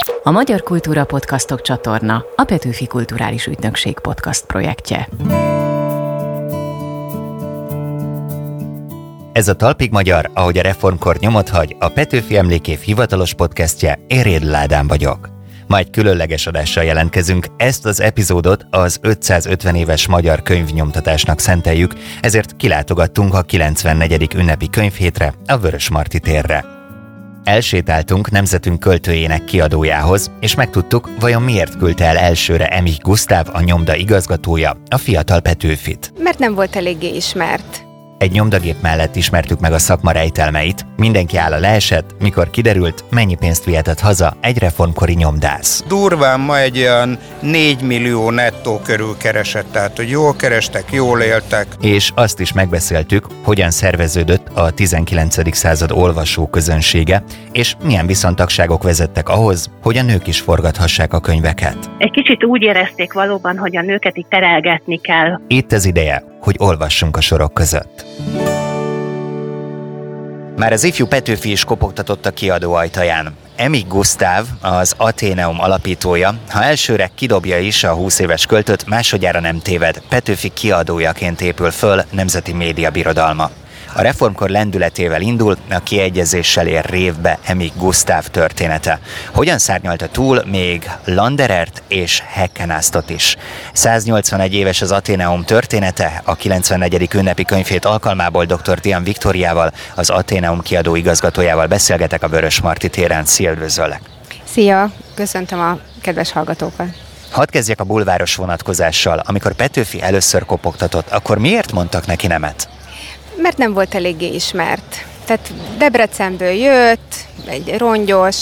A Magyar Kultúra Podcastok csatorna a Petőfi Kulturális Ügynökség podcast projektje. Ez a Talpig Magyar, ahogy a reformkor nyomot hagy, a Petőfi Emlékév hivatalos podcastje, én Rédl Ádám vagyok. Ma egy különleges adással jelentkezünk, ezt az epizódot az 550 éves magyar könyvnyomtatásnak szenteljük, ezért kilátogattunk a 94. ünnepi könyvhétre, a Vörösmarty térre. Elsétáltunk nemzetünk költőjének kiadójához, és megtudtuk, vajon miért küldte el elsőre Emich Gusztáv, a nyomda igazgatója, a fiatal Petőfit. Mert nem volt eléggé ismert. Egy nyomdagép mellett ismertük meg a szakma rejtelmeit, mindenki álla leesett, mikor kiderült, mennyi pénzt vihetett haza egy reformkori nyomdász. Durván ma egy olyan 4 millió nettó körül keresett, tehát hogy jól kerestek, jól éltek. És azt is megbeszéltük, hogyan szerveződött a 19. század olvasó közönsége, és milyen viszontagságok vezettek ahhoz, hogy a nők is forgathassák a könyveket. Egy kicsit úgy érezték valóban, hogy a nőket itt terelgetni kell. Itt az ideje, hogy olvassunk a sorok között. Már az ifjú Petőfi is kopogtatott a kiadó ajtaján. Emich Gusztáv, az Athenaeum alapítója, ha elsőre kidobja is a 20 éves költőt, másodjára nem téved, Petőfi kiadójaként épül föl nemzeti médiabirodalma. A reformkor lendületével indul, a kiegyezéssel ér révbe Emich Gusztáv története. Hogyan szárnyalta túl még Landerert és Heckenászt is. 181 éves az Athenaeum története, a 94. ünnepi könyvhét alkalmából dr. Dian Viktóriával, az Athenaeum kiadó igazgatójával beszélgetek a Vörösmarty téren. Szia, üdvözöllek! Szia! Köszöntöm a kedves hallgatókat! Hadd kezdjek a bulváros vonatkozással. Amikor Petőfi először kopogtatott, akkor miért mondtak neki nemet? Mert nem volt eléggé ismert. Tehát Debrecenből jött, egy rongyos,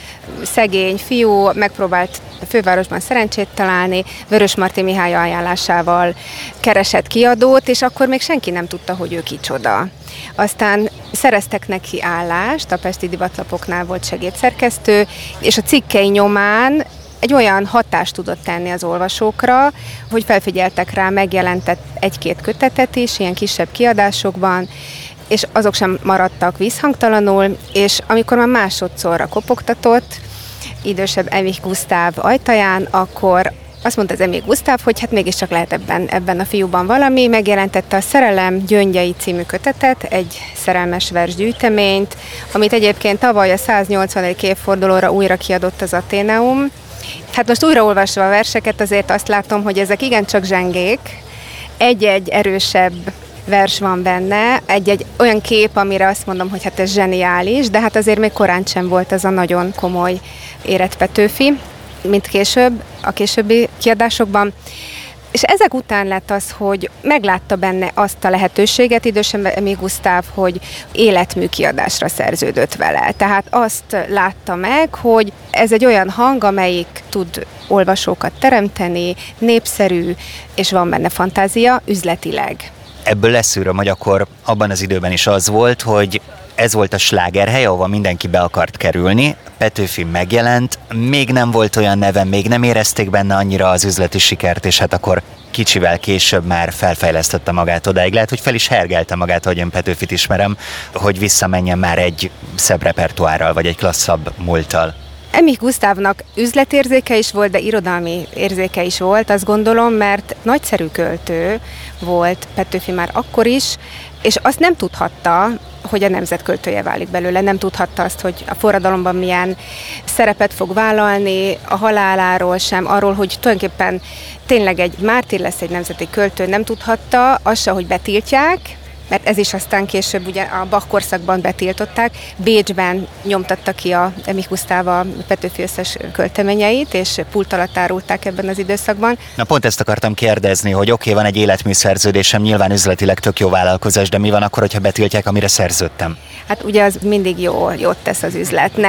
szegény fiú, megpróbált a fővárosban szerencsét találni, Vörösmarty Mihály ajánlásával keresett kiadót, és akkor még senki nem tudta, hogy ő kicsoda. Aztán szereztek neki állást, a pesti divatlapoknál volt segédszerkesztő, és a cikkei nyomán egy olyan hatást tudott tenni az olvasókra, hogy felfigyeltek rá, megjelentett egy-két kötetet is, ilyen kisebb kiadásokban, és azok sem maradtak visszhangtalanul, és amikor már másodszorra kopogtatott, idősebb Emich Gusztáv ajtaján, akkor azt mondta az Emich Gusztáv, hogy hát mégiscsak lehet ebben a fiúban valami, megjelentette a Szerelem gyöngyei című kötetet, egy szerelmes versgyűjteményt, amit egyébként tavaly a 180. évfordulóra újra kiadott az Athenaeum. Hát most újraolvasva a verseket azért azt látom, hogy ezek igencsak zsengék, egy-egy erősebb vers van benne, egy-egy olyan kép, amire azt mondom, hogy hát ez zseniális, de hát azért még korán sem volt ez a nagyon komoly érett Petőfi, mint később, a későbbi kiadásokban. És ezek után lett az, hogy meglátta benne azt a lehetőséget idősebb Emich Gusztáv, hogy életmű kiadásra szerződött vele. Tehát azt látta meg, hogy ez egy olyan hang, amelyik tud olvasókat teremteni, népszerű, és van benne fantázia üzletileg. Ebből leszűröm, hogy akkor abban az időben is az volt, hogy ez volt a slágerhely, ahova mindenki be akart kerülni. Petőfi megjelent, még nem volt olyan neve, még nem érezték benne annyira az üzleti sikert, és hát akkor kicsivel később már felfejlesztette magát odáig. Lehet, hogy fel is hergelte magát, ahogy én Petőfit ismerem, hogy visszamenjen már egy szebb repertoárral, vagy egy klasszabb múlttal. Emich Gusztávnak üzletérzéke is volt, de irodalmi érzéke is volt, azt gondolom, mert nagyszerű költő volt Petőfi már akkor is, és azt nem tudhatta, hogy a nemzet költője válik belőle, nem tudhatta azt, hogy a forradalomban milyen szerepet fog vállalni, a haláláról sem, arról, hogy tulajdonképpen tényleg egy mártír lesz, egy nemzeti költő, nem tudhatta, az se, hogy betiltják, mert ez is aztán később ugye a Bach korszakban betiltották. Bécsben nyomtatta ki a Emich Gusztáv a Petőfi összes költeményeit, és pult alatt árulták ebben az időszakban. Na pont ezt akartam kérdezni, hogy oké, van egy életműszerződésem, nyilván üzletileg tök jó vállalkozás, de mi van akkor, hogyha betiltják, amire szerződtem? Hát ugye az mindig jót tesz az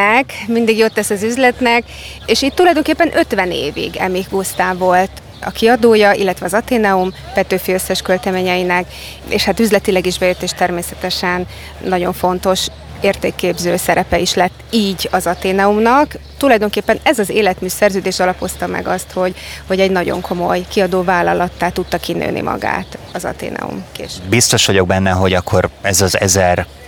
üzletnek, és itt tulajdonképpen 50 évig Emich Gusztáv volt a kiadója, illetve az Athenaeum Petőfi összes költeményeinek, és hát üzletileg is bejött, és természetesen nagyon fontos értékképző szerepe is lett így az Athenaeumnak. Tulajdonképpen ez az életmű szerződés alapozta meg azt, hogy egy nagyon komoly kiadóvállalattá tudta kinőni magát az Athenaeum később. Biztos vagyok benne, hogy akkor ez az 1000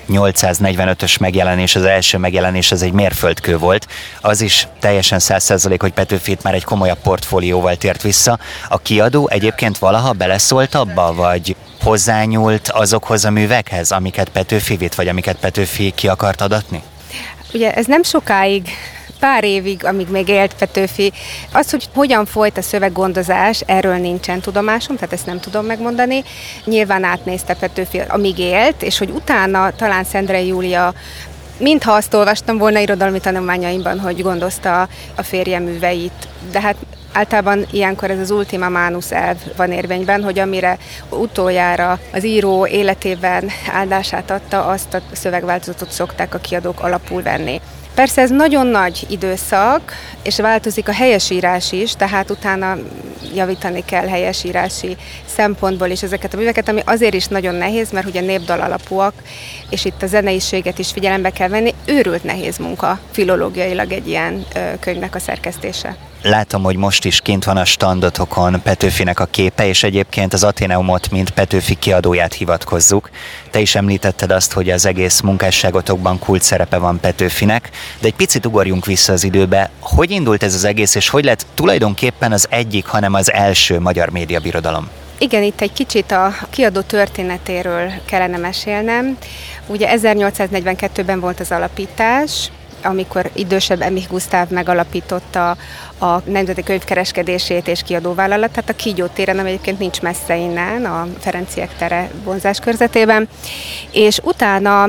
1845-ös megjelenés, az első megjelenés, az egy mérföldkő volt. Az is teljesen 100%, hogy Petőfit már egy komolyabb portfólióval tért vissza. A kiadó egyébként valaha beleszólt abba, vagy hozzányúlt azokhoz a művekhez, amiket Petőfi vitt, vagy amiket Petőfi ki akart adatni? Ugye ez nem sokáig, pár évig, amíg még élt Petőfi. Az, hogy hogyan folyt a szöveggondozás, erről nincsen tudomásom, tehát ezt nem tudom megmondani. Nyilván átnézte Petőfi, amíg élt, és hogy utána talán Szendrei Júlia, mintha azt olvastam volna irodalmi tanulmányaimban, hogy gondozta a férje műveit. De hát általában ilyenkor ez az ultima manus elv van érvényben, hogy amire utoljára az író életében áldását adta, azt a szövegváltozatot szokták a kiadók alapul venni. Persze ez nagyon nagy időszak, és változik a helyesírás is, tehát utána javítani kell helyesírási szempontból is ezeket a műveket, ami azért is nagyon nehéz, mert ugye népdal alapúak, és itt a zeneiséget is figyelembe kell venni. Őrült nehéz munka filológiailag egy ilyen könyvnek a szerkesztése. Látom, hogy most is kint van a standotokon Petőfinek a képe, és egyébként az Atheneumot, mint Petőfi kiadóját hivatkozzuk. Te is említetted azt, hogy az egész munkásságotokban kult szerepe van Petőfinek, de egy picit ugorjunk vissza az időbe. Hogy indult ez az egész, és hogy lett tulajdonképpen az egyik, hanem az első magyar médiabirodalom? Igen, itt egy kicsit a kiadó történetéről kellene mesélnem. Ugye 1842-ben volt az alapítás, amikor idősebb Emich Gusztáv megalapította a Nemzeti Könyvkereskedését és kiadóvállalatát a Kígyó téren, ami egyébként nincs messze innen, a Ferenciek tere vonzás körzetében, és utána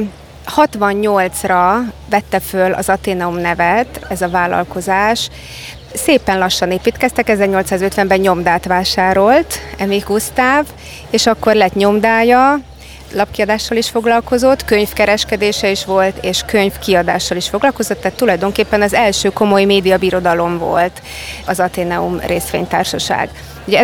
68-ra vette föl az Atheneum nevet, ez a vállalkozás. Szépen lassan építkeztek, 1850-ben nyomdát vásárolt Emich Gusztáv, és akkor lett nyomdája, lapkiadással is foglalkozott, könyvkereskedése is volt, és könyvkiadással is foglalkozott, tehát tulajdonképpen az első komoly médiabirodalom volt az Atheneum részvénytársaság. Ugye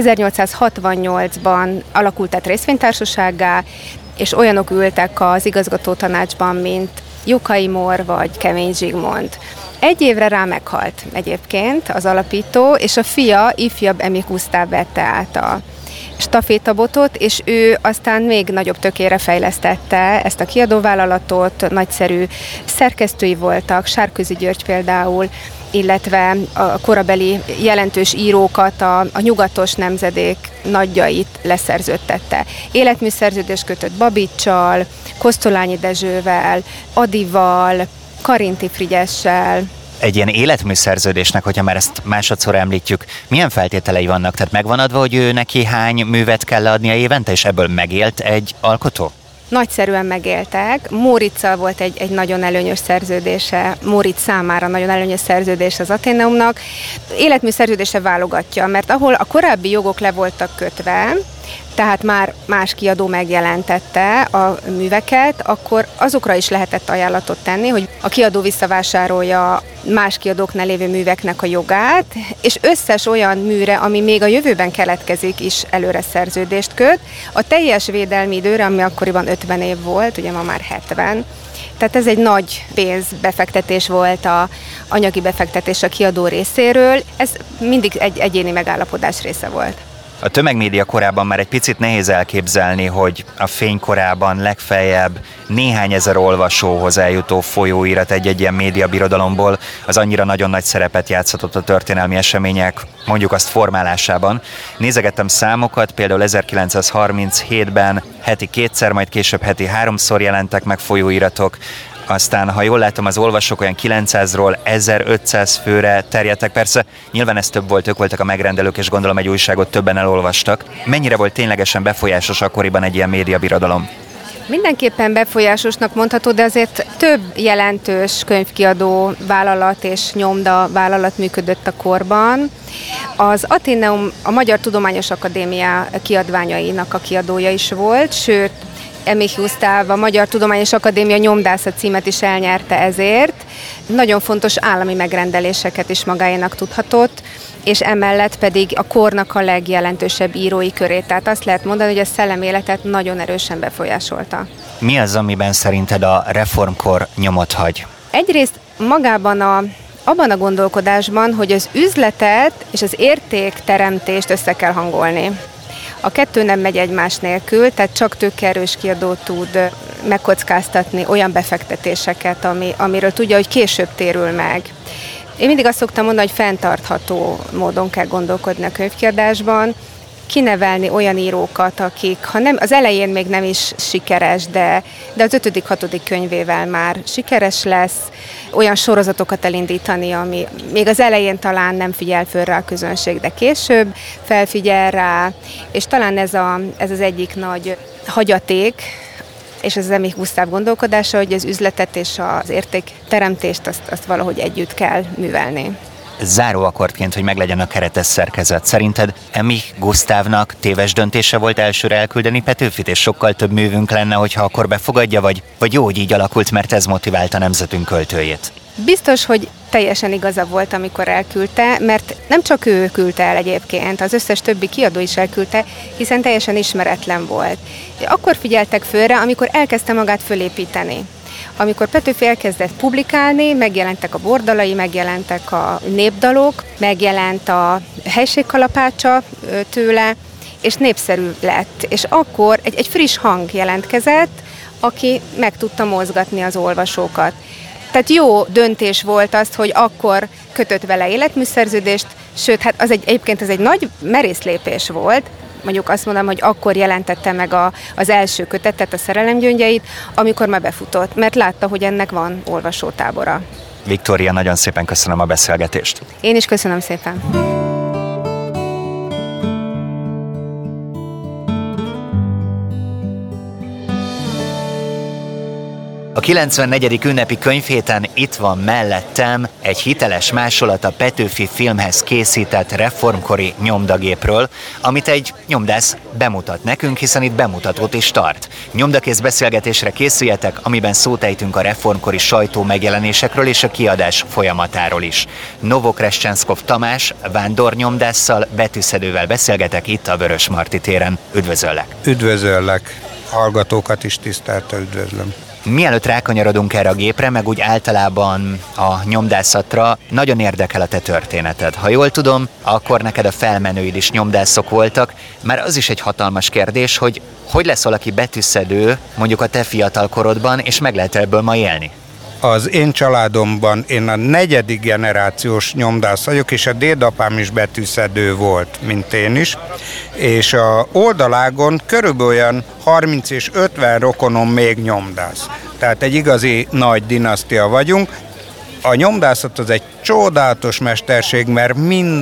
1868-ban alakult át részvénytársasággá, és olyanok ültek az igazgatótanácsban, mint Jukai Mór vagy Kemény Zsigmond. Egy évre rá meghalt egyébként az alapító, és a fia, ifjabb Emich Gusztáv vette át a stafétabotot, és ő aztán még nagyobb tökére fejlesztette ezt a kiadóvállalatot, nagyszerű szerkesztői voltak, Sárközi György például, illetve a korabeli jelentős írókat, a nyugatos nemzedék nagyjait leszerződtette. Életműszerződést kötött Babicsal, Kosztolányi Dezsővel, Adival, Karinti Frigyessel. Egy ilyen életműszerződésnek, hogyha már ezt másodszor említjük, milyen feltételei vannak? Tehát megvan adva, hogy ő neki hány művet kell adnia évente, és ebből megélt egy alkotó? Nagyszerűen megéltek. Móriczal volt egy nagyon előnyös szerződése, Móricz számára nagyon előnyös szerződés az Atheneumnak. Életműszerződése válogatja, mert ahol a korábbi jogok le voltak kötve, tehát már más kiadó megjelentette a műveket, akkor azokra is lehetett ajánlatot tenni, hogy a kiadó visszavásárolja más kiadóknál lévő műveknek a jogát, és összes olyan műre, ami még a jövőben keletkezik, is előre szerződést köt. A teljes védelmi időre, ami akkoriban 50 év volt, ugye ma már 70, tehát ez egy nagy pénzbefektetés volt, anyagi befektetés a kiadó részéről, ez mindig egy egyéni megállapodás része volt. A tömegmédia korában már egy picit nehéz elképzelni, hogy a fénykorában legfeljebb néhány ezer olvasóhoz eljutó folyóirat egy-egy ilyen médiabirodalomból az annyira nagyon nagy szerepet játszhatott a történelmi események, mondjuk azt formálásában. Nézegettem számokat, például 1937-ben heti 2-szer, majd később heti 3-szor jelentek meg folyóiratok, aztán, ha jól látom, az olvasók olyan 900-ról 1500 főre terjedtek. Persze, nyilván ez több volt, ők voltak a megrendelők, és gondolom egy újságot többen elolvastak. Mennyire volt ténylegesen befolyásos akkoriban egy ilyen médiabirodalom? Mindenképpen befolyásosnak mondható, de azért több jelentős könyvkiadó vállalat és nyomda vállalat működött a korban. Az Atheneum a Magyar Tudományos Akadémia kiadványainak a kiadója is volt, sőt, Emich Gusztáv a Magyar Tudományos Akadémia nyomdászat címet is elnyerte ezért. Nagyon fontos állami megrendeléseket is magáénak tudhatott, és emellett pedig a kornak a legjelentősebb írói körét. Tehát azt lehet mondani, hogy a szelleméletet nagyon erősen befolyásolta. Mi az, amiben szerinted a reformkor nyomot hagy? Egyrészt magában abban a gondolkodásban, hogy az üzletet és az értékteremtést össze kell hangolni. A kettő nem megy egymás nélkül, tehát csak tőkeerős kiadó tud megkockáztatni olyan befektetéseket, amiről tudja, hogy később térül meg. Én mindig azt szoktam mondani, hogy fenntartható módon kell gondolkodni a könyvkiadásban, kinevelni olyan írókat, akik, ha nem, az elején még nem is sikeres, de az 5.-6. könyvével már sikeres lesz, olyan sorozatokat elindítani, ami még az elején talán nem figyel föl rá a közönség, de később felfigyel rá, és talán ez az egyik nagy hagyaték, és ez az Emich Gusztáv gondolkodása, hogy az üzletet és az értékteremtést azt valahogy együtt kell művelni. Záróakkordként, hogy meglegyen a keretes szerkezet. Szerinted Emich Gusztávnak téves döntése volt elsőre elküldeni Petőfit, és sokkal több művünk lenne, hogyha akkor befogadja, vagy jó, hogy így alakult, mert ez motiválta nemzetünk költőjét? Biztos, hogy teljesen igaza volt, amikor elküldte, mert nem csak ő küldte el egyébként, az összes többi kiadó is elküldte, hiszen teljesen ismeretlen volt. Akkor figyeltek fölre, amikor elkezdte magát fölépíteni. Amikor Petőfi elkezdett publikálni, megjelentek a bordalai, megjelentek a népdalok, megjelent a helységkalapácsa tőle, és népszerű lett. És akkor egy friss hang jelentkezett, aki meg tudta mozgatni az olvasókat. Tehát jó döntés volt az, hogy akkor kötött vele életműszerződést, sőt, hát egyébként ez egy nagy merész lépés volt. Mondjuk azt mondom, hogy akkor jelentette meg az első kötetet, a Szerelem gyöngyeit, amikor már befutott, mert látta, hogy ennek van olvasótábora. Viktória, nagyon szépen köszönöm a beszélgetést. Én is köszönöm szépen. A 94. ünnepi könyvhéten itt van mellettem egy hiteles másolat a Petőfi filmhez készített reformkori nyomdagépről, amit egy nyomdász bemutat nekünk, hiszen itt bemutatót is tart. Nyomdakész beszélgetésre készüljetek, amiben szót ejtünk a reformkori sajtó megjelenésekről és a kiadás folyamatáról is. Novokrescsenszkov Tamás vándornyomdásszal, betűszedővel beszélgetek itt a Vörösmarty téren. Üdvözöllek! Üdvözöllek! Hallgatókat is tisztelettel üdvözlöm! Mielőtt rákanyarodunk erre a gépre, meg úgy általában a nyomdászatra, nagyon érdekel a te történeted. Ha jól tudom, akkor neked a felmenőid is nyomdászok voltak, mert az is egy hatalmas kérdés, hogy lesz valaki betűszedő mondjuk a te fiatal korodban, és meg lehet ebből ma élni? Az én családomban én a 4. generációs nyomdász vagyok, és a dédapám is betűszedő volt, mint én is, és a oldalágon körülbelül olyan 30 és 50 rokonom még nyomdász. Tehát egy igazi nagy dinasztia vagyunk. A nyomdászat az egy csodálatos mesterség, mert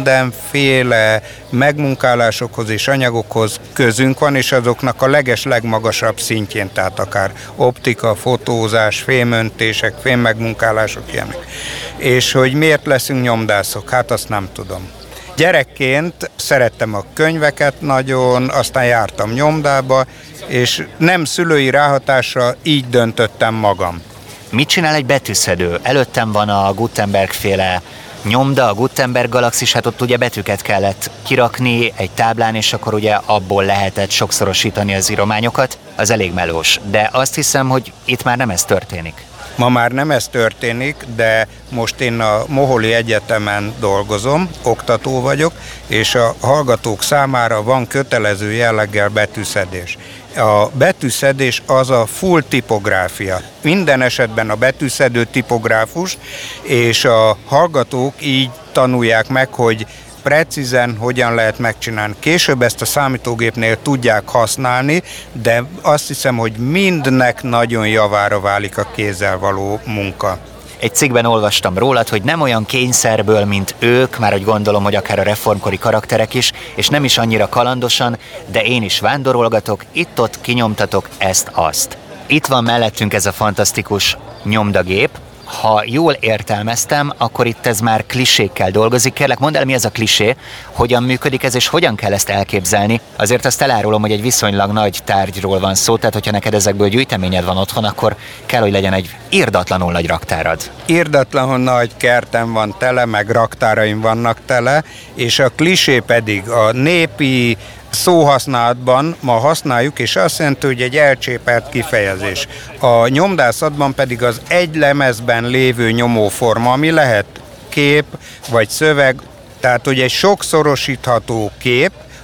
mindenféle megmunkálásokhoz és anyagokhoz közünk van, és azoknak a legmagasabb szintjén, tehát akár optika, fotózás, fémöntések, fémmegmunkálások ilyenek. És hogy miért leszünk nyomdászok? Hát azt nem tudom. Gyerekként szerettem a könyveket nagyon, aztán jártam nyomdába, és nem szülői ráhatásra így döntöttem magam. Mit csinál egy betűszedő? Előttem van a Gutenberg-féle nyomda, a Gutenberg galaxis, hát ott ugye betűket kellett kirakni egy táblán, és akkor ugye abból lehetett sokszorosítani az írományokat. Az elég melós, de azt hiszem, hogy itt már nem ez történik. Ma már nem ez történik, de most én a Moholi Egyetemen dolgozom, oktató vagyok, és a hallgatók számára van kötelező jelleggel betűszedés. A betűszedés az a full tipográfia. Minden esetben a betűszedő tipográfus, és a hallgatók így tanulják meg, hogy precízen hogyan lehet megcsinálni. Később ezt a számítógépnél tudják használni, de azt hiszem, hogy mindnek nagyon javára válik a kézzel való munka. Egy cikkben olvastam rólad, hogy nem olyan kényszerből, mint ők, már hogy gondolom, hogy akár a reformkori karakterek is, és nem is annyira kalandosan, de én is vándorolgatok, itt-ott kinyomtatok ezt-azt. Itt van mellettünk ez a fantasztikus nyomdagép. Ha jól értelmeztem, akkor itt ez már klisékkel dolgozik. Kérlek, mondd el, mi ez a klisé, hogyan működik ez, és hogyan kell ezt elképzelni. Azért azt elárulom, hogy egy viszonylag nagy tárgyról van szó, tehát hogyha neked ezekből gyűjteményed van otthon, akkor kell, hogy legyen egy irdatlanul nagy raktárad. Irdatlanul nagy kertem van tele, meg raktáraim vannak tele, és a klisé pedig a népi szóhasználatban ma használjuk, és azt jelenti, hogy egy elcsépelt kifejezés. A nyomdászatban pedig az egy lemezben lévő nyomóforma, ami lehet kép vagy szöveg, tehát hogy egy sokszorosítható kép,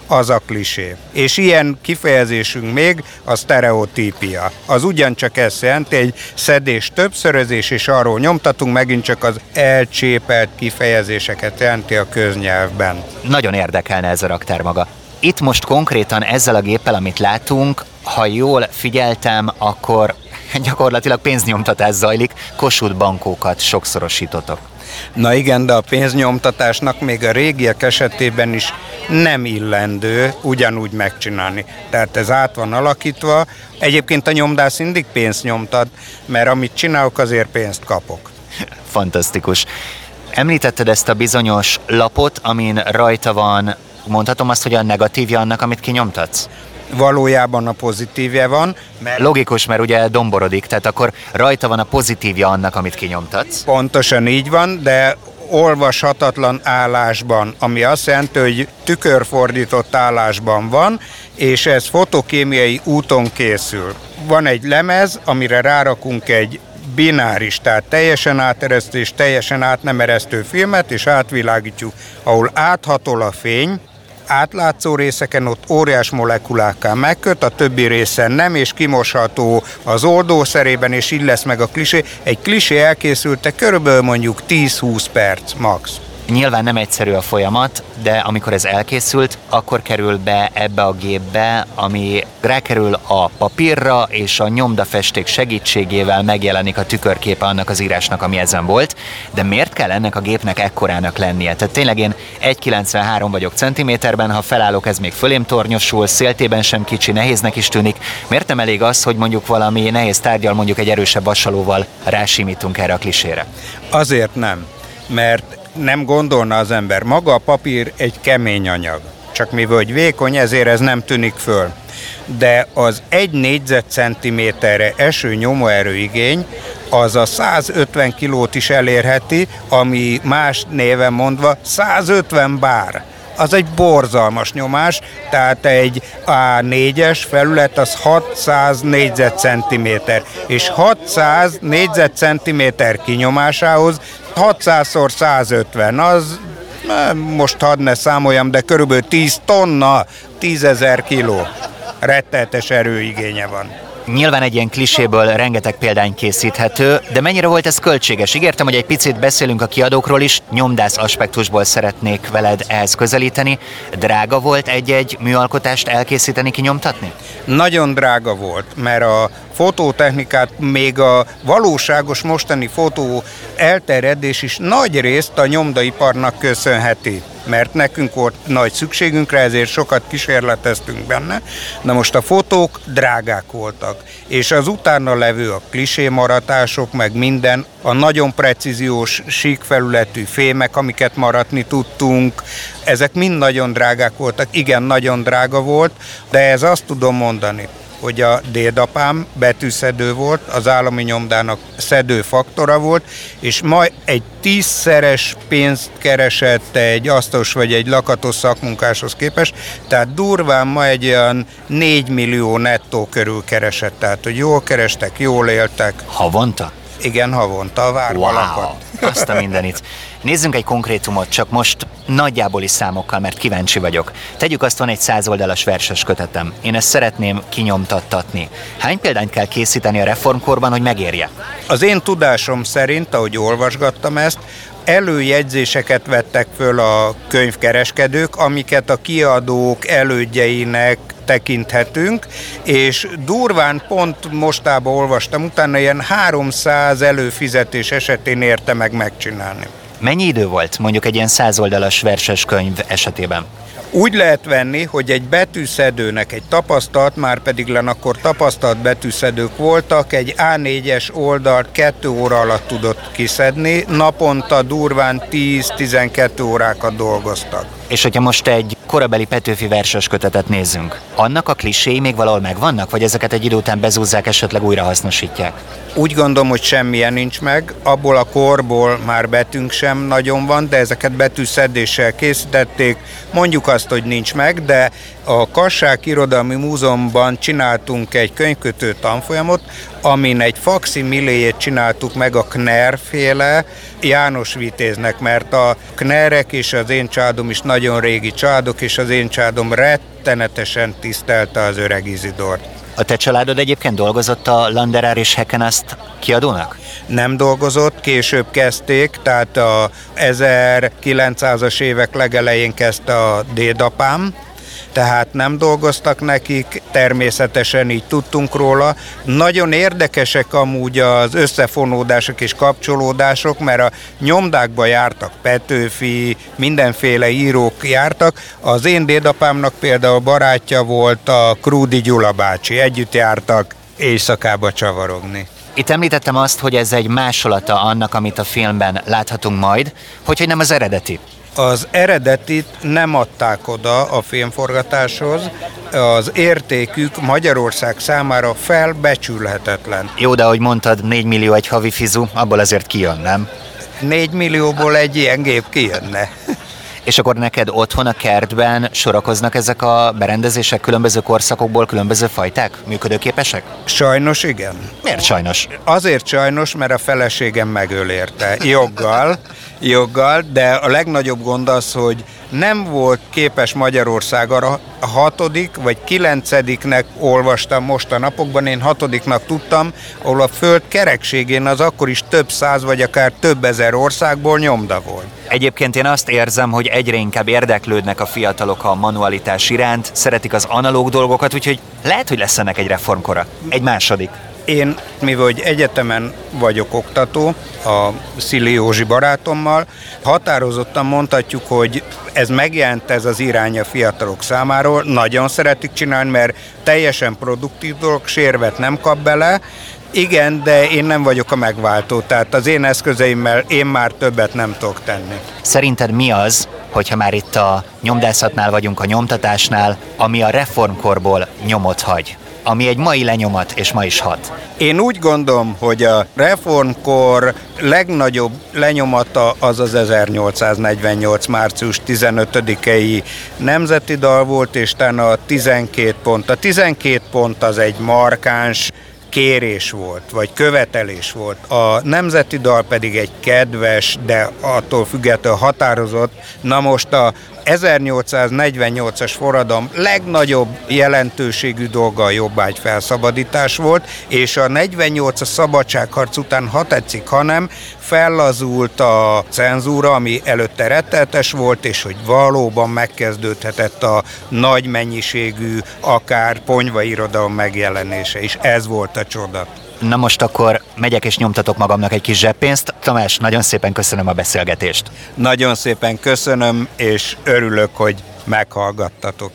az a klisé. És ilyen kifejezésünk még a sztereotípia. Az ugyancsak ezt jelenti, egy szedés többszörözés, és arról nyomtatunk, megint csak az elcsépelt kifejezéseket jelenti a köznyelvben. Nagyon érdekelne ez a raktár maga. Itt most konkrétan ezzel a géppel, amit látunk, ha jól figyeltem, akkor gyakorlatilag pénznyomtatás zajlik, Kossuth bankókat sokszorosítotok. Na igen, de a pénznyomtatásnak még a régiek esetében is nem illendő ugyanúgy megcsinálni. Tehát ez át van alakítva. Egyébként a nyomdász mindig pénzt nyomtat, mert amit csinálok, azért pénzt kapok. Fantasztikus. Említetted ezt a bizonyos lapot, amin rajta van, mondhatom azt, hogy a negatívja annak, amit kinyomtatsz? Valójában a pozitívja van. Logikus, mert ugye domborodik, tehát akkor rajta van a pozitívja annak, amit kinyomtatsz. Pontosan így van, de olvashatatlan állásban, ami azt jelenti, hogy tükörfordított állásban van, és ez fotokémiai úton készül. Van egy lemez, amire rárakunk egy bináris, tehát teljesen áteresztő és teljesen át nem eresztő filmet, és átvilágítjuk, ahol áthatol a fény, átlátszó részeken ott óriás molekulákká megköt, a többi részen nem, és kimosható az oldószerében, és így lesz meg a klisé. Egy klisé elkészülte körülbelül mondjuk 10-20 perc max. Nyilván nem egyszerű a folyamat, de amikor ez elkészült, akkor kerül be ebbe a gépbe, ami rákerül a papírra, és a nyomdafesték segítségével megjelenik a tükörképe annak az írásnak, ami ezen volt. De miért kell ennek a gépnek ekkorának lennie? Tehát tényleg én 1,93 vagyok centiméterben, ha felállok, ez még fölém tornyosul, széltében sem kicsi, nehéznek is tűnik. Miért nem elég az, hogy mondjuk valami nehéz tárgyal, mondjuk egy erősebb vasalóval rásimítunk erre a klisére? Azért nem, mert nem gondolna az ember. Maga a papír egy kemény anyag. Csak mivel hogy vékony, ezért ez nem tűnik föl. De az 1 négyzetcentiméterre eső nyomóerőigény az a 150 kilót is elérheti, ami más néven mondva 150 bár. Az egy borzalmas nyomás, tehát egy A4-es felület az 600 négyzetcentiméter, és 600 négyzetcentiméter kinyomásához 600-szor 150, az most hadd ne számoljam, de körülbelül 10 tonna, 10 000 kiló. Rettenetes erőigénye van. Nyilván egy ilyen kliséből rengeteg példány készíthető, de mennyire volt ez költséges? Ígértem, hogy egy picit beszélünk a kiadókról is, nyomdász aspektusból szeretnék veled ehhez közelíteni. Drága volt egy-egy műalkotást elkészíteni, kinyomtatni? Nagyon drága volt, mert a fotótechnikát, még a valóságos mostani fotó elterjedés is nagy részt a nyomdaiparnak köszönheti, mert nekünk volt nagy szükségünk rá, ezért sokat kísérleteztünk benne. Na most a fotók drágák voltak, és az utána levő a klisémaratások, meg minden, a nagyon precíziós, síkfelületű fémek, amiket maratni tudtunk, ezek mind nagyon drágák voltak, igen, nagyon drága volt, de ez azt tudom mondani, hogy a dédapám betűszedő volt, az állami nyomdának szedőfaktora volt, és ma egy 10-szeres pénzt keresett egy asztalos vagy egy lakatos szakmunkáshoz képest, tehát durván ma egy olyan 4 millió nettó körül keresett, tehát hogy jól kerestek, jól éltek. Havonta? Igen, havonta, várva lakat. Azt a mindenit. Nézzünk egy konkrétumot, csak most nagyjából is számokkal, mert kíváncsi vagyok. Tegyük azt, van egy 100 oldalas verses kötetem. Én ezt szeretném kinyomtattatni. Hány példányt kell készíteni a reformkorban, hogy megérje? Az én tudásom szerint, ahogy olvasgattam ezt, előjegyzéseket vettek föl a könyvkereskedők, amiket a kiadók elődjeinek tekinthetünk, és durván pont mostában olvastam, utána ilyen 300 előfizetés esetén érte meg megcsinálni. Mennyi idő volt mondjuk egy ilyen 100 oldalas verses könyv esetében? Úgy lehet venni, hogy egy betűszedőnek egy tapasztalt, már pedig akkor tapasztalt betűszedők voltak, egy A4-es oldalt 2 óra alatt tudott kiszedni, naponta durván 10-12 órákat dolgoztak. És hogyha most egy korabeli Petőfi verses kötetet nézzünk, annak a kliséi még valahol megvannak, vagy ezeket egy idő után bezúzzák, esetleg újra hasznosítják? Úgy gondolom, hogy semmilyen nincs meg, abból a korból már betűnk sem nagyon van, de ezeket betűszedéssel készítették, mondjuk azt azt, hogy nincs meg, de a Kassák Irodalmi Múzeumban csináltunk egy könyvkötő tanfolyamot, amin egy fakszimiléjét csináltuk meg a Kner-féle János Vitéznek, mert a Knerek és az én családom is nagyon régi családok, és az én családom rettenetesen tisztelte az öreg Izidort. A te családod egyébként dolgozott a Landerer és Heckenast kiadónak? Nem dolgozott, később kezdték, tehát a 1900-as évek legelején kezdte a dédapám, tehát nem dolgoztak nekik, természetesen így tudtunk róla. Nagyon érdekesek amúgy az összefonódások és kapcsolódások, mert a nyomdákba jártak Petőfi, mindenféle írók jártak. Az én dédapámnak például barátja volt a Krúdy Gyula bácsi, együtt jártak éjszakába csavarogni. Itt említettem azt, hogy ez egy másolata annak, amit a filmben láthatunk majd, hogy nem az eredeti. Az eredetit nem adták oda a filmforgatáshoz, az értékük Magyarország számára felbecsülhetetlen. Jó, de ahogy mondtad, 4 millió egy havi fizu, abból azért kijön, nem? 4 millióból egy ilyen gép kijönne. És akkor neked otthon a kertben sorakoznak ezek a berendezések különböző korszakokból, különböző fajták? Működőképesek? Sajnos igen. Miért sajnos? Azért sajnos, mert a feleségem megöl érte. Joggal, de a legnagyobb gond az, hogy nem volt képes Magyarország arra, a 6. vagy 9-nek olvastam most a napokban, én 6-nak tudtam, ahol a föld kerekségén az akkor is több száz vagy akár több ezer országból nyomda volt. Egyébként én azt érzem, hogy egyre inkább érdeklődnek a fiatalok a manualitás iránt, szeretik az analóg dolgokat, úgyhogy lehet, hogy lesz ennek egy reformkora. Egy második. Én, mivel egyetemen vagyok oktató, a Szili Józsi barátommal, határozottan mondhatjuk, hogy ez megjelent ez az irány a fiatalok számáról, nagyon szeretik csinálni, mert teljesen produktív dolog, sérvet nem kap bele. Igen, de én nem vagyok a megváltó, tehát az én eszközeimmel én már többet nem tudok tenni. Szerinted mi az, hogyha már itt a nyomdászatnál vagyunk, a nyomtatásnál, ami a reformkorból nyomot hagy? Ami egy mai lenyomat, és ma is hat. Én úgy gondolom, hogy a reformkor legnagyobb lenyomata az az 1848. március 15-i nemzeti dal volt, és utána a 12 pont. A 12 pont az egy markáns kérés volt, vagy követelés volt. A nemzeti dal pedig egy kedves, de attól függetlenül határozott. Na most a 1848-as forradalom legnagyobb jelentőségű dolga a jobbágy felszabadítás volt, és a 48-as szabadságharc után, ha tetszik, hanem fellazult a cenzúra, ami előtte rettenetes volt, és hogy valóban megkezdődhetett a nagy mennyiségű, akár ponyvairodalom megjelenése is. Ez volt a csoda. Na most akkor megyek és nyomtatok magamnak egy kis zseppénzt. Tamás, nagyon szépen köszönöm a beszélgetést. Nagyon szépen köszönöm, és örülök, hogy meghallgattatok.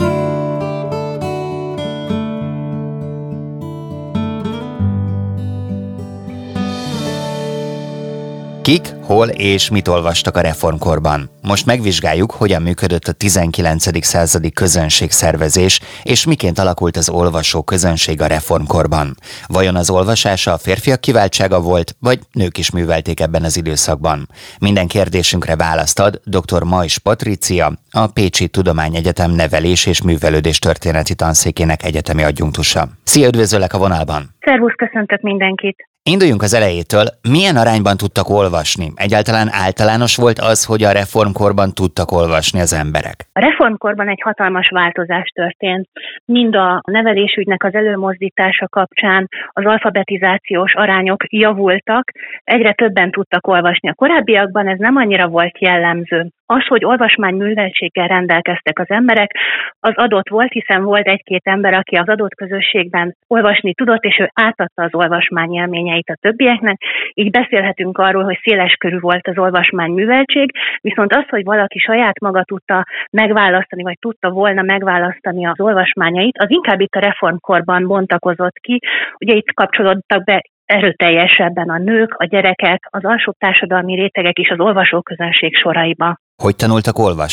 Kik, hol és mit olvastak a reformkorban? Most megvizsgáljuk, hogyan működött a 19. századi közönségszervezés, és miként alakult az olvasó közönség a reformkorban. Vajon az olvasása a férfiak kiváltsága volt, vagy nők is művelték ebben az időszakban? Minden kérdésünkre választ ad dr. Majs Patrícia, a Pécsi Tudományegyetem nevelés és művelődés történeti tanszékének egyetemi adjunktusa. Szia, üdvözöllek a vonalban! Szervusz, köszöntök mindenkit! Induljunk az elejétől. Milyen arányban tudtak olvasni? Egyáltalán általános volt az, hogy a reformkorban tudtak olvasni az emberek? A reformkorban egy hatalmas változás történt. Mind a nevelésügynek az előmozdítása kapcsán az alfabetizációs arányok javultak, egyre többen tudtak olvasni. A korábbiakban ez nem annyira volt jellemző. Az, hogy olvasmányműveltséggel rendelkeztek az emberek, az adott volt, hiszen volt egy-két ember, aki az adott közösségben olvasni tudott, és ő átadta az olvasmány élményeit a többieknek. Így beszélhetünk arról, hogy széleskörű volt az olvasmányműveltség, viszont az, hogy valaki saját maga tudta megválasztani, vagy tudta volna megválasztani az olvasmányait, az inkább itt a reformkorban bontakozott ki. Ugye itt kapcsolódtak be erőteljesebben a nők, a gyerekek, az alsóbb társadalmi rétegek is az olvasóközönség soraiba. Hogy tanultak olvasni?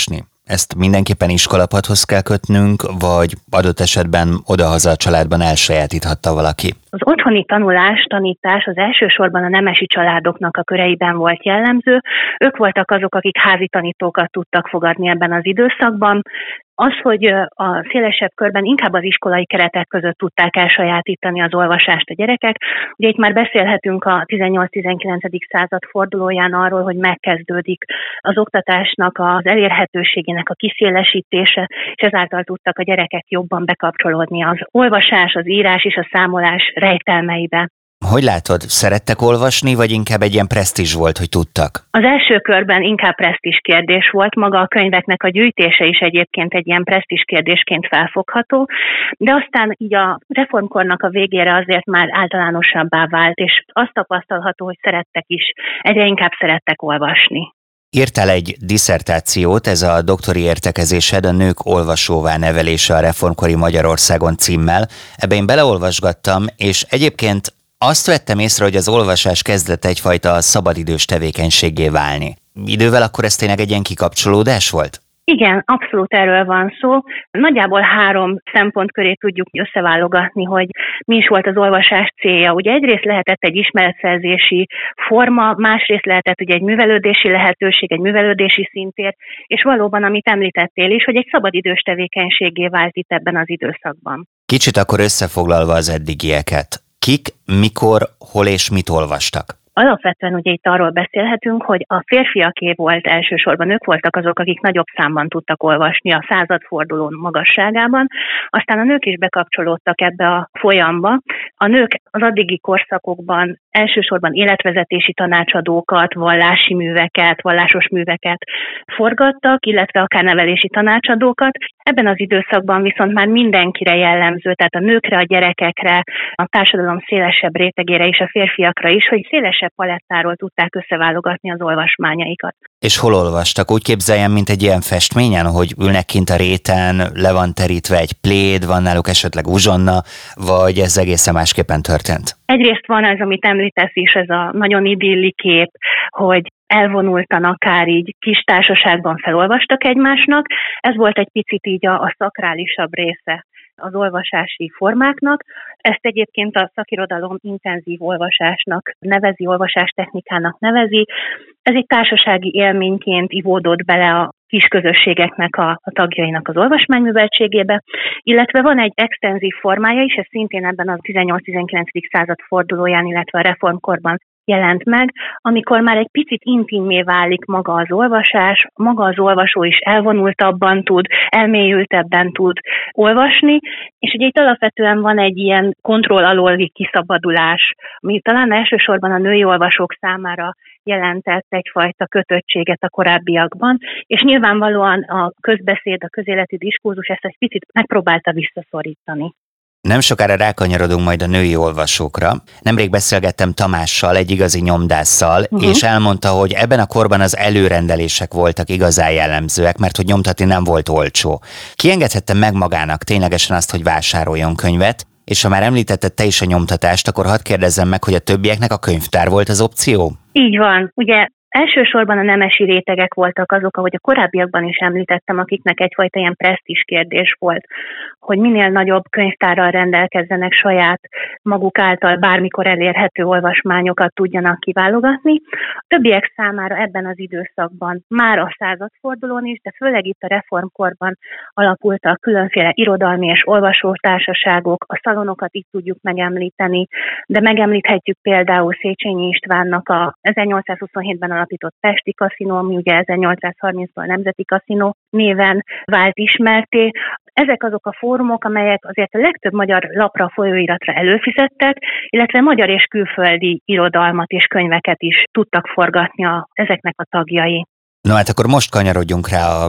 ezt mindenképpen iskolapadhoz kell kötnünk, vagy adott esetben odahaza a családban elsajátíthatta valaki? Az otthoni tanítás az elsősorban a nemesi családoknak a köreiben volt jellemző. Ők voltak azok, akik házi tanítókat tudtak fogadni ebben az időszakban. Az, hogy a szélesebb körben inkább az iskolai keretek között tudták elsajátítani az olvasást a gyerekek. Ugye itt már beszélhetünk a 18-19. század fordulóján arról, hogy megkezdődik az oktatásnak az elérhetőségének a kiszélesítése, és ezáltal tudtak a gyerekek jobban bekapcsolódni az olvasás, az írás és a számolás rejtelmeibe. Hogy látod, szerettek olvasni, vagy inkább egy ilyen presztízs volt, hogy tudtak? Az első körben inkább presztízs kérdés volt, maga a könyveknek a gyűjtése is egyébként egy ilyen presztízs kérdésként felfogható, de aztán így a reformkornak a végére azért már általánosabbá vált, és azt tapasztalható, hogy szerettek is, egyre inkább szerettek olvasni. Írtál egy disszertációt, ez a doktori értekezésed, a nők olvasóvá nevelése a reformkori Magyarországon címmel. Ebbe én beleolvasgattam, és egyébként azt vettem észre, hogy az olvasás kezdett egyfajta szabadidős tevékenységgé válni. Idővel akkor ez tényleg egy ilyen kikapcsolódás volt? Igen, abszolút erről van szó. Nagyjából 3 szempont köré tudjuk összeválogatni, hogy mi is volt az olvasás célja. Ugye egyrészt lehetett egy ismeretszerzési forma, másrészt lehetett ugye egy művelődési lehetőség, egy művelődési szintér, és valóban, amit említettél is, hogy egy szabadidős tevékenységgé vált itt ebben az időszakban. Kicsit akkor összefoglalva az eddigieket. Kik, mikor, hol és mit olvastak? Alapvetően ugye itt arról beszélhetünk, hogy a férfiaké volt elsősorban, ők voltak azok, akik nagyobb számban tudtak olvasni a századforduló magasságában, aztán a nők is bekapcsolódtak ebbe a folyamba. A nők az addigi korszakokban elsősorban életvezetési tanácsadókat, vallási műveket, vallásos műveket forgattak, illetve akár nevelési tanácsadókat. Ebben az időszakban viszont már mindenkire jellemző, tehát a nőkre, a gyerekekre, a társadalom szélesebb rétegére és a férfiakra is, hogy szélesebb palettáról tudták összeválogatni az olvasmányaikat. És hol olvastak? Úgy képzeljem, mint egy ilyen festményen, hogy ülnek kint a réten, le van terítve egy pléd, van náluk esetleg uzsonna, vagy ez egészen másképpen történt? Egyrészt van ez, amit említesz is, ez a nagyon idilli kép, hogy elvonultan akár így kis társaságban felolvastak egymásnak. Ez volt egy picit így a szakrálisabb része az olvasási formáknak. Ezt egyébként a szakirodalom intenzív olvasásnak nevezi, olvasástechnikának nevezi. Ez egy társasági élményként ivódott bele a kis közösségeknek a tagjainak az olvasmányműveltségébe, illetve van egy extenzív formája is, ez szintén ebben a 18-19. század fordulóján, illetve a reformkorban jelent meg, amikor már egy picit intimmé válik maga az olvasás, maga az olvasó is elvonultabban tud, elmélyültebben tud olvasni, és ugye itt alapvetően van egy ilyen kontroll alól kiszabadulás, ami talán elsősorban a női olvasók számára jelentett egyfajta kötöttséget a korábbiakban, és nyilvánvalóan a közbeszéd, a közéleti diskurzus ezt egy picit megpróbálta visszaszorítani. Nem sokára rákanyarodunk majd a női olvasókra. Nemrég beszélgettem Tamással, egy igazi nyomdásszal, és elmondta, hogy ebben a korban az előrendelések voltak igazán jellemzőek, mert hogy nyomtatni nem volt olcsó. Ki engedhette meg magának ténylegesen azt, hogy vásároljon könyvet, és ha már említetted te is a nyomtatást, akkor hadd kérdezzem meg, hogy a többieknek a könyvtár volt az opció? Így van. Ugye elsősorban a nemesi rétegek voltak azok, ahogy a korábbiakban is említettem, akiknek egyfajta ilyen presztízs kérdés volt, hogy minél nagyobb könyvtárral rendelkezzenek, saját maguk által bármikor elérhető olvasmányokat tudjanak kiválogatni. A többiek számára ebben az időszakban már a századfordulón is, de főleg itt a reformkorban alakultak különféle irodalmi és olvasótársaságok, a szalonokat itt tudjuk megemlíteni, de megemlíthetjük például Széchenyi Istvánnak a 1827-ben alapított Pesti Kaszinó, ami ugye 1830-ban Nemzeti Kaszinó néven vált ismertté. Ezek azok a fórumok, amelyek azért a legtöbb magyar lapra, folyóiratra előfizettek, illetve magyar és külföldi irodalmat és könyveket is tudtak forgatni ezeknek a tagjai. No hát akkor most kanyarodjunk rá a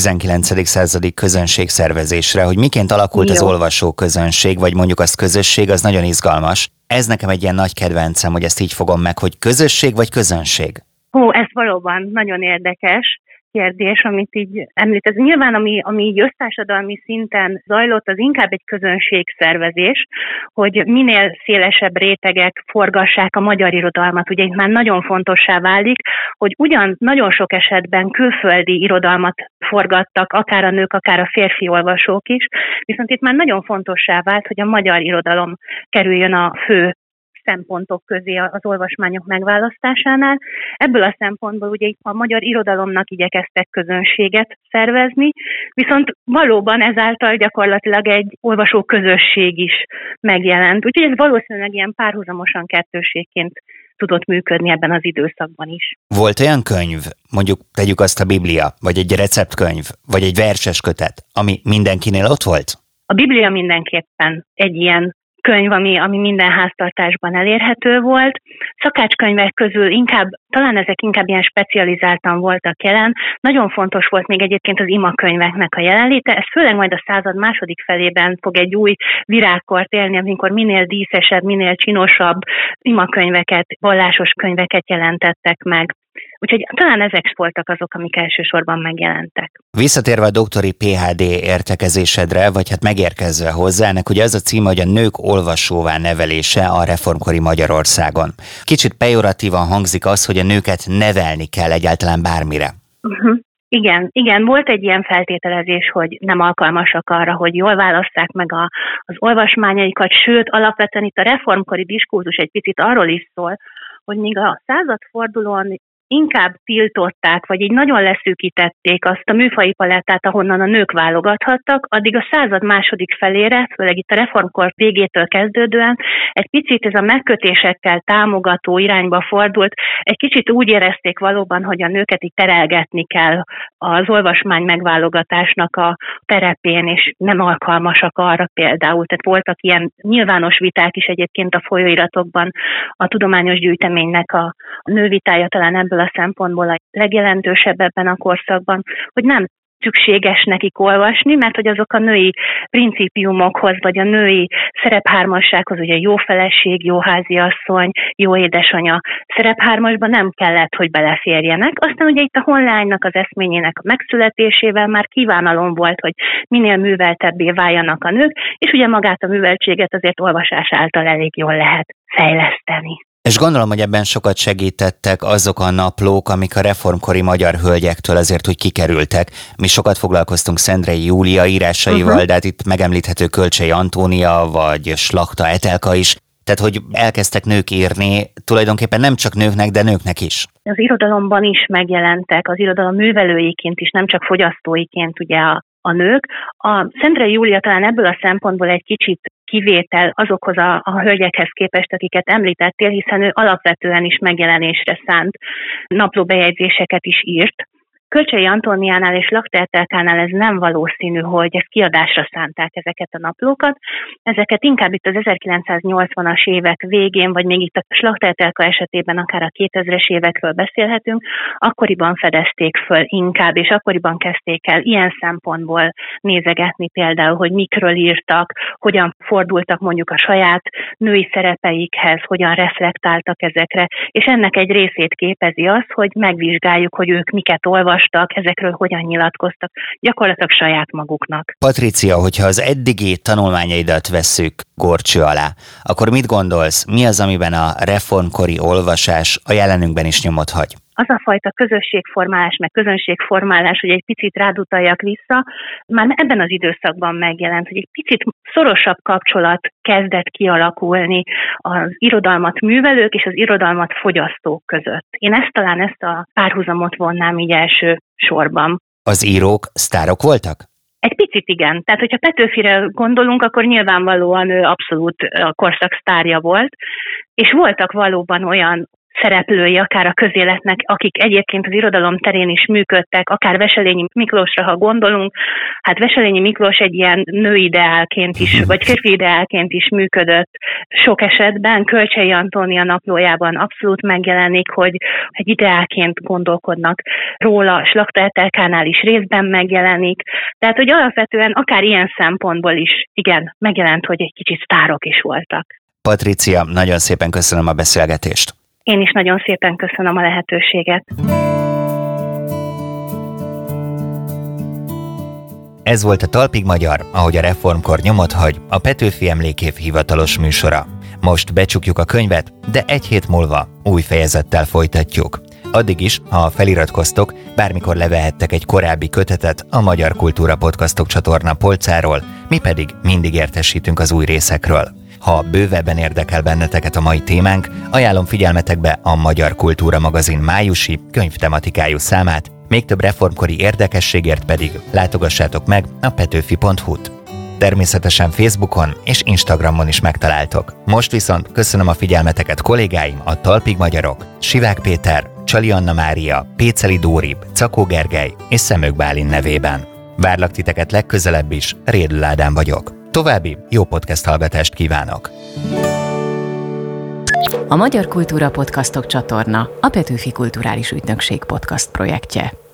19. századi közönségszervezésre, hogy miként alakult az olvasó közönség, vagy mondjuk az közösség, az nagyon izgalmas. Ez nekem egy ilyen nagy kedvencem, hogy ezt így fogom meg, hogy közösség vagy közönség? Ez valóban nagyon érdekes kérdés, amit így említesz. Nyilván, ami így össztársadalmi szinten zajlott, az inkább egy közönségszervezés, hogy minél szélesebb rétegek forgassák a magyar irodalmat. Ugye itt már nagyon fontossá válik, hogy ugyan nagyon sok esetben külföldi irodalmat forgattak, akár a nők, akár a férfi olvasók is. Viszont itt már nagyon fontossá vált, hogy a magyar irodalom kerüljön a fő szempontok közé az olvasmányok megválasztásánál. Ebből a szempontból ugye a magyar irodalomnak igyekeztek közönséget szervezni, viszont valóban ezáltal gyakorlatilag egy olvasó közösség is megjelent. Úgyhogy ez valószínűleg ilyen párhuzamosan kettősségként tudott működni ebben az időszakban is. Volt olyan könyv, mondjuk tegyük azt a Biblia, vagy egy receptkönyv, vagy egy verses kötet, ami mindenkinél ott volt? A Biblia mindenképpen egy ilyen könyv, ami minden háztartásban elérhető volt. Szakácskönyvek közül talán ezek inkább ilyen specializáltan voltak jelen. Nagyon fontos volt még egyébként az imakönyveknek a jelenléte. Ez főleg majd a század második felében fog egy új virágkort élni, amikor minél díszesebb, minél csinosabb imakönyveket, vallásos könyveket jelentettek meg. Úgyhogy talán ezek voltak azok, amik elsősorban megjelentek. Visszatérve a doktori PhD értekezésedre, vagy hát megérkezve hozzá, ennek ugye az a címe, hogy a nők olvasóvá nevelése a reformkori Magyarországon. Kicsit pejoratívan hangzik az, hogy a nőket nevelni kell egyáltalán bármire. Igen, volt egy ilyen feltételezés, hogy nem alkalmasak arra, hogy jól válasszák meg az olvasmányaikat, sőt, alapvetően itt a reformkori diskurzus egy picit arról is szól, hogy míg a századfordulón inkább tiltották, vagy így nagyon leszűkítették azt a műfaji palettát, ahonnan a nők válogathattak, addig a század második felére, főleg itt a reformkor végétől kezdődően, egy picit ez a megkötésekkel támogató irányba fordult, egy kicsit úgy érezték valóban, hogy a nőket így terelgetni kell az olvasmány megválogatásnak a terepén, és nem alkalmasak arra például. Tehát voltak ilyen nyilvános viták is egyébként a folyóiratokban, a tudományos gyűjteménynek a nővitája talán ebből a szempontból a legjelentősebb ebben a korszakban, hogy nem szükséges nekik olvasni, mert hogy azok a női principiumokhoz, vagy a női szerephármassághoz, ugye jó feleség, jó háziasszony, jó édesanya szerephármasban nem kellett, hogy beleférjenek. Aztán ugye itt a honlánynak az eszményének a megszületésével már kívánalom volt, hogy minél műveltebbé váljanak a nők, és ugye magát a műveltséget azért olvasás által elég jól lehet fejleszteni. És gondolom, hogy ebben sokat segítettek azok a naplók, amik a reformkori magyar hölgyektől azért, hogy kikerültek. Mi sokat foglalkoztunk Szendrei Júlia írásaival, de hát itt megemlíthető Kölcsey Antónia, vagy Slachta Etelka is. Tehát, hogy elkezdtek nők írni, tulajdonképpen nem csak nőknek, de nőknek is. Az irodalomban is megjelentek, az irodalom művelőiként is, nem csak fogyasztóiként ugye a nők. A Szendrei Júlia talán ebből a szempontból egy kicsit kivétel azokhoz a hölgyekhez képest, akiket említettél, hiszen ő alapvetően is megjelenésre szánt naplóbejegyzéseket is írt. Kölcsey Antóniánál és Slachta Etelkánál ez nem valószínű, hogy ezt kiadásra szánták ezeket a naplókat. Ezeket inkább itt az 1980-as évek végén, vagy még itt a Slachta Etelka esetében akár a 2000-es évekről beszélhetünk, akkoriban fedezték föl inkább, és akkoriban kezdték el ilyen szempontból nézegetni például, hogy mikről írtak, hogyan fordultak mondjuk a saját női szerepeikhez, hogyan reflektáltak ezekre, és ennek egy részét képezi az, hogy megvizsgáljuk, hogy ők miket olvastak, ezekről hogyan nyilatkoztak, gyakorlatilag saját maguknak. Patricia, hogyha az eddigi tanulmányaidat vesszük górcső alá, akkor mit gondolsz, mi az, amiben a reformkori olvasás a jelenünkben is nyomot hagy? Az a fajta közösségformálás, meg közönségformálás, hogy egy picit rád utaljak vissza, már ebben az időszakban megjelent, hogy egy picit szorosabb kapcsolat kezdett kialakulni az irodalmat művelők és az irodalmat fogyasztók között. Én ezt a párhuzamot vonnám így első sorban. Az írók sztárok voltak? Egy picit igen. Tehát, hogyha Petőfire gondolunk, akkor nyilvánvalóan ő abszolút a korszak sztárja volt, és voltak valóban olyan szereplői akár a közéletnek, akik egyébként az irodalom terén is működtek, akár Wesselényi Miklósra, ha gondolunk, hát Wesselényi Miklós egy ilyen nőideálként is, vagy férfiideálként is működött sok esetben. Kölcsey Antónia naplójában abszolút megjelenik, hogy egy ideálként gondolkodnak róla, Slachta Etelkánál is részben megjelenik. Tehát, hogy alapvetően akár ilyen szempontból is, igen, megjelent, hogy egy kicsit sztárok is voltak. Patricia, nagyon szépen köszönöm a beszélgetést. Én is nagyon szépen köszönöm a lehetőséget. Ez volt a Talpig Magyar, ahogy a reformkor nyomot hagy, a Petőfi Emlékév hivatalos műsora. Most becsukjuk a könyvet, de egy hét múlva új fejezettel folytatjuk. Addig is, ha feliratkoztok, bármikor levehettek egy korábbi kötetet a Magyar Kultúra Podcastok csatorna polcáról, mi pedig mindig értesítünk az új részekről. Ha bővebben érdekel benneteket a mai témánk, ajánlom figyelmetekbe a Magyar Kultúra magazin májusi könyvtematikájú számát, még több reformkori érdekességért pedig látogassátok meg a petőfi.hu-t. Természetesen Facebookon és Instagramon is megtaláltok. Most viszont köszönöm a figyelmeteket kollégáim, a Talpig Magyarok, Sivák Péter, Csali Anna Mária, Péceli Dóri, Cakó Gergely és Szemők Bálint nevében. Várlak titeket legközelebb is, Rédl Ádám vagyok. További jó podcast hallgatást kívánok! A Magyar Kultúra Podcastok csatorna a Petőfi Kulturális Ügynökség podcast projektje.